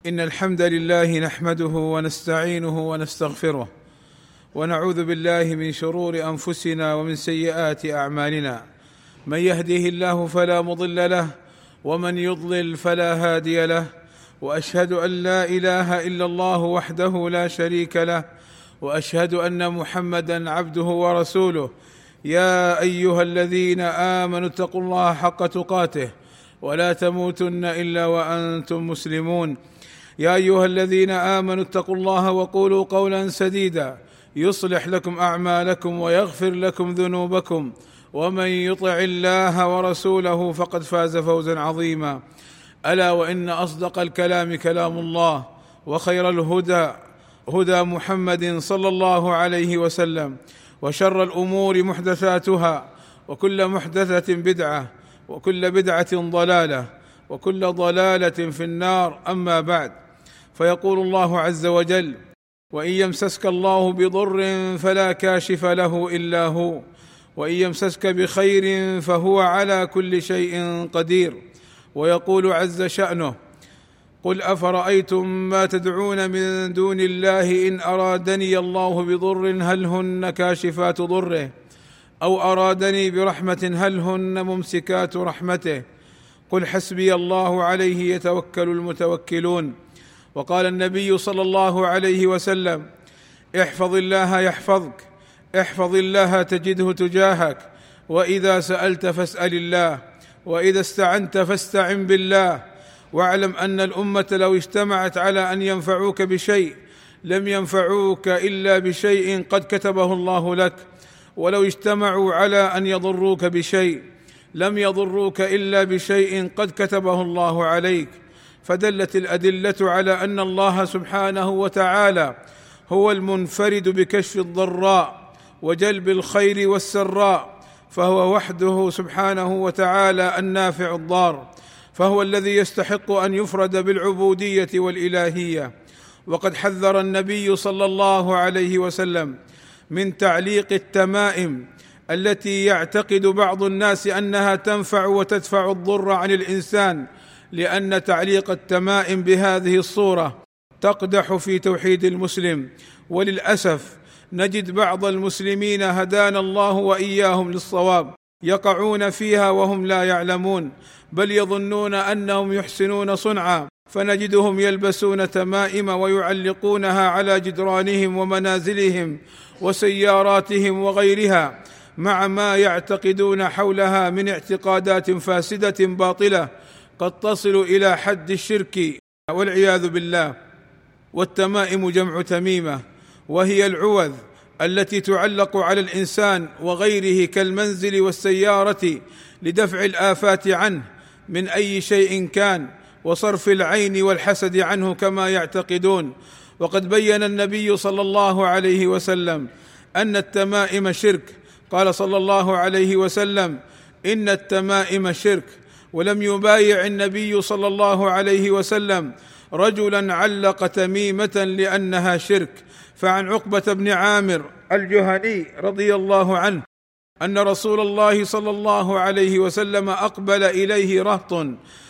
إن الحمد لله نحمده ونستعينه ونستغفره، ونعوذ بالله من شرور أنفسنا ومن سيئات أعمالنا. من يهده الله فلا مضل له، ومن يضلل فلا هادي له. وأشهد أن لا إله إلا الله وحده لا شريك له، وأشهد أن محمدا عبده ورسوله. يا أيها الذين آمنوا اتقوا الله حق تقاته ولا تموتن إلا وأنتم مسلمون. يا أيها الذين آمنوا اتقوا الله وقولوا قولا سديدا يصلح لكم أعمالكم ويغفر لكم ذنوبكم، ومن يطع الله ورسوله فقد فاز فوزا عظيما. ألا وإن أصدق الكلام كلام الله، وخير الهدى هدى محمد صلى الله عليه وسلم، وشر الأمور محدثاتها، وكل محدثة بدعة، وكل بدعة ضلالة، وكل ضلالة في النار. أما بعد، فيقول الله عز وجل: وإن يمسسك الله بضر فلا كاشف له إلا هو، وإن يمسسك بخير فهو على كل شيء قدير. ويقول عز شأنه: قل أفرأيتم ما تدعون من دون الله إن أرادني الله بضر هل هن كاشفات ضره، أو أرادني برحمة هل هن ممسكات رحمته، قل حسبي الله عليه يتوكل المتوكلون. وقال النبي صلى الله عليه وسلم: احفظ الله يحفظك، احفظ الله تجده تجاهك، وإذا سألت فاسأل الله، وإذا استعنت فاستعن بالله. واعلم أن الأمة لو اجتمعت على أن ينفعوك بشيء لم ينفعوك إلا بشيء قد كتبه الله لك، ولو اجتمعوا على أن يضروك بشيء لم يضروك إلا بشيء قد كتبه الله عليك. فدلت الأدلة على أن الله سبحانه وتعالى هو المنفرد بكشف الضراء وجلب الخير والسراء، فهو وحده سبحانه وتعالى النافع الضار، فهو الذي يستحق أن يفرد بالعبودية والإلهية. وقد حذر النبي صلى الله عليه وسلم من تعليق التمائم التي يعتقد بعض الناس أنها تنفع وتدفع الضر عن الإنسان، لأن تعليق التمائم بهذه الصورة تقدح في توحيد المسلم. وللأسف نجد بعض المسلمين هدانا الله وإياهم للصواب يقعون فيها وهم لا يعلمون، بل يظنون أنهم يحسنون صنعا، فنجدهم يلبسون تمائم ويعلقونها على جدرانهم ومنازلهم وسياراتهم وغيرها، مع ما يعتقدون حولها من اعتقادات فاسدة باطلة قد تصل إلى حد الشرك والعياذ بالله. والتمائم جمع تميمة، وهي العوذ التي تعلق على الإنسان وغيره كالمنزل والسيارة لدفع الآفات عنه من أي شيء كان، وصرف العين والحسد عنه كما يعتقدون. وقد بين النبي صلى الله عليه وسلم أن التمائم شرك. قال صلى الله عليه وسلم: إن التمائم شرك. ولم يبايع النبي صلى الله عليه وسلم رجلا علق تميمة لأنها شرك. فعن عقبة بن عامر الجهني رضي الله عنه أن رسول الله صلى الله عليه وسلم أقبل إليه رهط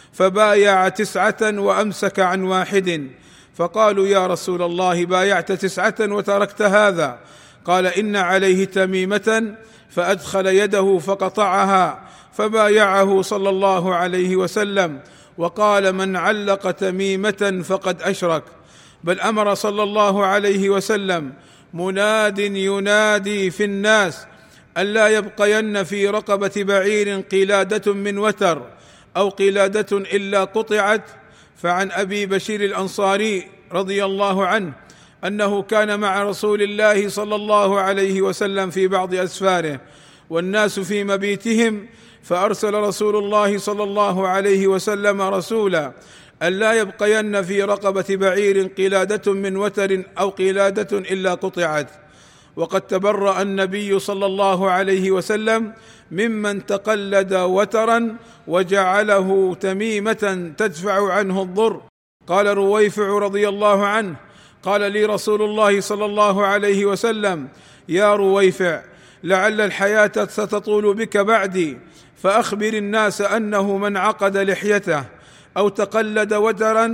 فبايع 9 وأمسك عن واحد، فقالوا: يا رسول الله، بايعت 9 وتركت هذا؟ قال: إن عليه تميمة، فأدخل يده فقطعها، فبايعه صلى الله عليه وسلم وقال: من علق تميمة فقد أشرك. بل أمر صلى الله عليه وسلم مناد ينادي في الناس ألا يبقين في رقبة بعير قلادة من وتر أو قلادة إلا قطعت. فعن أبي بشير الأنصاري رضي الله عنه أنه كان مع رسول الله صلى الله عليه وسلم في بعض أسفاره والناس في مبيتهم، فأرسل رسول الله صلى الله عليه وسلم رسولا ألا يبقين في رقبة بعير قلادة من وتر أو قلادة إلا قطعت. وقد تبرأ النبي صلى الله عليه وسلم ممن تقلد وترا وجعله تميمة تدفع عنه الضر. قال رويفع رضي الله عنه: قال لي رسول الله صلى الله عليه وسلم: يا رويفع، لعل الحياة ستطول بك بعدي، فأخبر الناس أنه من عقد لحيته أو تقلد وترا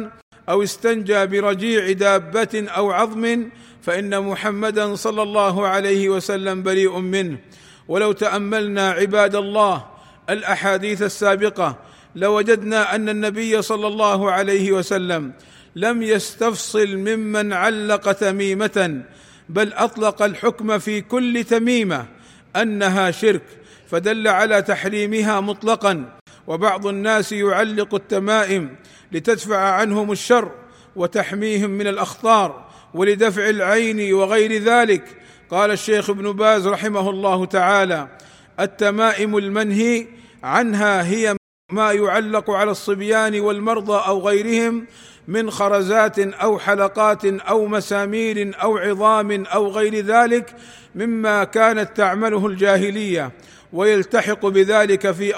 أو استنجى برجيع دابة أو عظم فإن محمدا صلى الله عليه وسلم بريء منه. ولو تأملنا عباد الله الأحاديث السابقة لوجدنا أن النبي صلى الله عليه وسلم لم يستفصل ممن علق تميمة، بل أطلق الحكم في كل تميمة أنها شرك، فدل على تحريمها مطلقا. وبعض الناس يعلق التمائم لتدفع عنهم الشر وتحميهم من الأخطار ولدفع العين وغير ذلك. قال الشيخ ابن باز رحمه الله تعالى: التمائم المنهي عنها هي ما يعلق على الصبيان والمرضى أو غيرهم من خرزات أو حلقات أو مسامير أو عظام أو غير ذلك مما كانت تعمله الجاهلية. ويلتحق بذلك في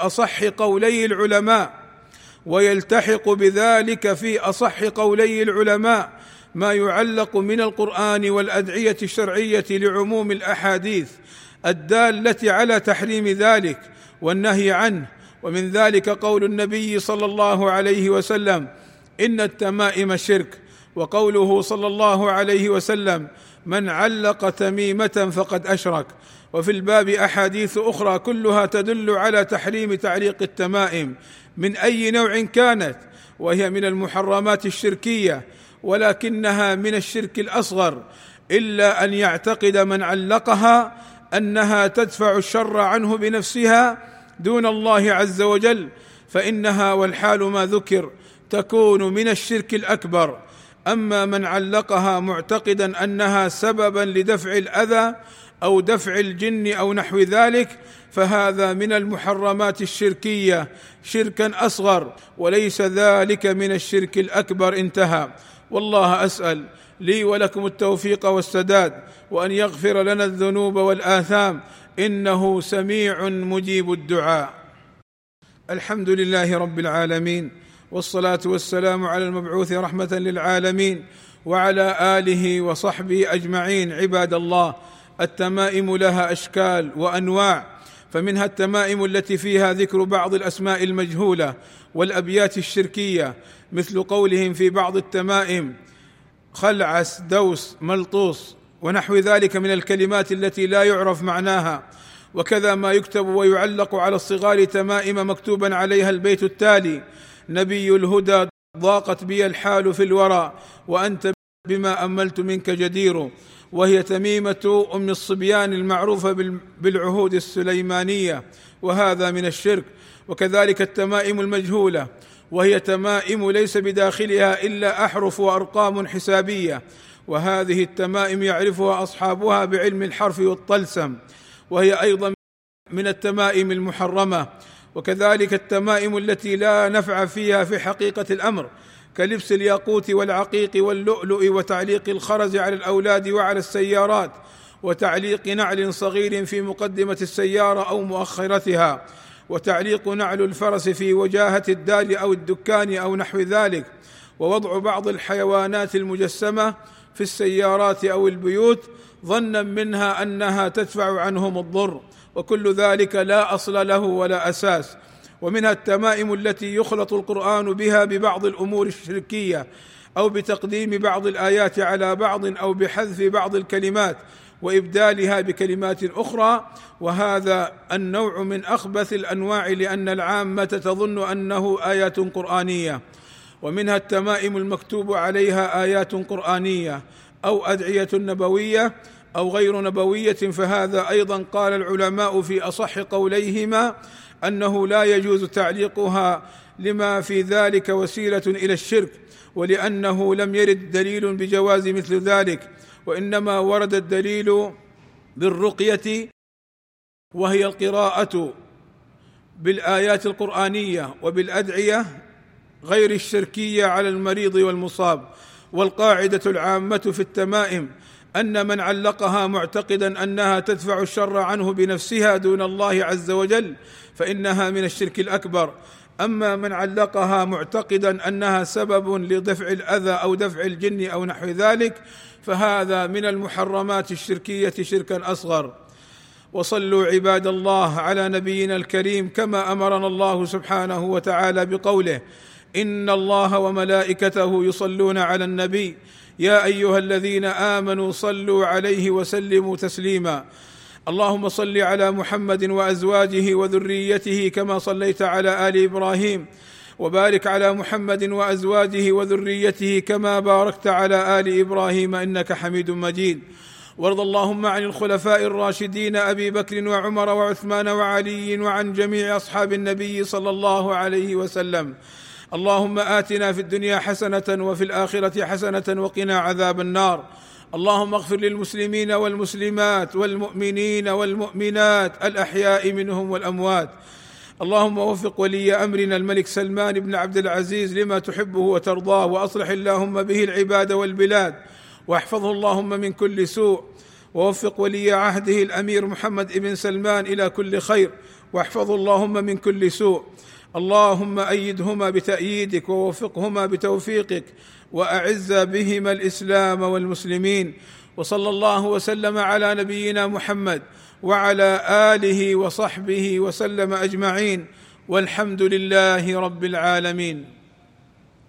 أصح قولي العلماء ما يعلق من القرآن والأدعية الشرعية لعموم الأحاديث الدالة على تحريم ذلك والنهي عنه. ومن ذلك قول النبي صلى الله عليه وسلم: إن التمائم شرك، وقوله صلى الله عليه وسلم: من علق تميمة فقد أشرك. وفي الباب أحاديث أخرى كلها تدل على تحريم تعليق التمائم من أي نوع كانت، وهي من المحرمات الشركية، ولكنها من الشرك الأصغر، إلا أن يعتقد من علقها أنها تدفع الشر عنه بنفسها دون الله عز وجل، فإنها والحال ما ذكر تكون من الشرك الأكبر. أما من علقها معتقدا أنها سببا لدفع الأذى أو دفع الجن أو نحو ذلك فهذا من المحرمات الشركية شركا أصغر، وليس ذلك من الشرك الأكبر. انتهى. والله أسأل لي ولكم التوفيق والسداد، وأن يغفر لنا الذنوب والآثام، إنه سميع مجيب الدعاء. الحمد لله رب العالمين، والصلاة والسلام على المبعوث رحمة للعالمين وعلى آله وصحبه أجمعين. عباد الله، التمائم لها أشكال وأنواع، فمنها التمائم التي فيها ذكر بعض الأسماء المجهولة والأبيات الشركية، مثل قولهم في بعض التمائم: خلعس، دوس، ملطوس، ونحو ذلك من الكلمات التي لا يعرف معناها. وكذا ما يكتب ويعلق على الصغار تمائم مكتوبا عليها البيت التالي: نبي الهدى ضاقت بي الحال في الورى، وأنت بما أملت منك جدير. وهي تميمة أم الصبيان المعروفة بالعهود السليمانية، وهذا من الشرك. وكذلك التمائم المجهولة، وهي تمائم ليس بداخلها إلا أحرف وأرقام حسابية، وهذه التمائم يعرفها أصحابها بعلم الحرف والطلسم، وهي أيضا من التمائم المحرمة. وكذلك التمائم التي لا نفع فيها في حقيقة الأمر، كلبس الياقوت والعقيق واللؤلؤ، وتعليق الخرز على الأولاد وعلى السيارات، وتعليق نعل صغير في مقدمة السيارة أو مؤخرتها، وتعليق نعل الفرس في وجاهة الدار أو الدكان أو نحو ذلك، ووضع بعض الحيوانات المجسمة في السيارات أو البيوت ظنا منها أنها تدفع عنهم الضر، وكل ذلك لا أصل له ولا أساس. ومنها التمائم التي يخلط القرآن بها ببعض الأمور الشركية، أو بتقديم بعض الآيات على بعض، أو بحذف بعض الكلمات وإبدالها بكلمات أخرى، وهذا النوع من أخبث الأنواع، لأن العامة تظن أنه آيات قرآنية. ومنها التمائم المكتوب عليها آيات قرآنية أو أدعية نبوية أو غير نبوية، فهذا أيضا قال العلماء في أصح قوليهما أنه لا يجوز تعليقها، لما في ذلك وسيلة إلى الشرك، ولأنه لم يرد دليل بجواز مثل ذلك، وإنما ورد الدليل بالرقية، وهي القراءة بالآيات القرآنية وبالأدعية غير الشركية على المريض والمصاب. والقاعدة العامة في التمائم أن من علقها معتقدا أنها تدفع الشر عنه بنفسها دون الله عز وجل فإنها من الشرك الأكبر. أما من علقها معتقدا أنها سبب لدفع الأذى أو دفع الجن أو نحو ذلك فهذا من المحرمات الشركية شركا أصغر. وصلوا عباد الله على نبينا الكريم كما أمرنا الله سبحانه وتعالى بقوله: إن الله وملائكته يصلون على النبي يا أيها الذين آمنوا صلوا عليه وسلموا تسليما. اللهم صل على محمد وأزواجه وذريته كما صليت على آل إبراهيم، وبارك على محمد وأزواجه وذريته كما باركت على آل إبراهيم إنك حميد مجيد. وارض اللهم عن الخلفاء الراشدين أبي بكر وعمر وعثمان وعلي وعن جميع أصحاب النبي صلى الله عليه وسلم. اللهم آتنا في الدنيا حسنة وفي الآخرة حسنة وقنا عذاب النار. اللهم اغفر للمسلمين والمسلمات والمؤمنين والمؤمنات الأحياء منهم والأموات. اللهم وفق ولي أمرنا الملك سلمان بن عبد العزيز لما تحبه وترضاه، وأصلح اللهم به العباد والبلاد، واحفظه اللهم من كل سوء، ووفق ولي عهده الأمير محمد بن سلمان إلى كل خير، واحفظه اللهم من كل سوء. اللهم أيدهما بتأييدك ووفقهما بتوفيقك، وأعز بهما الإسلام والمسلمين. وصلى الله وسلم على نبينا محمد وعلى آله وصحبه وسلم أجمعين، والحمد لله رب العالمين.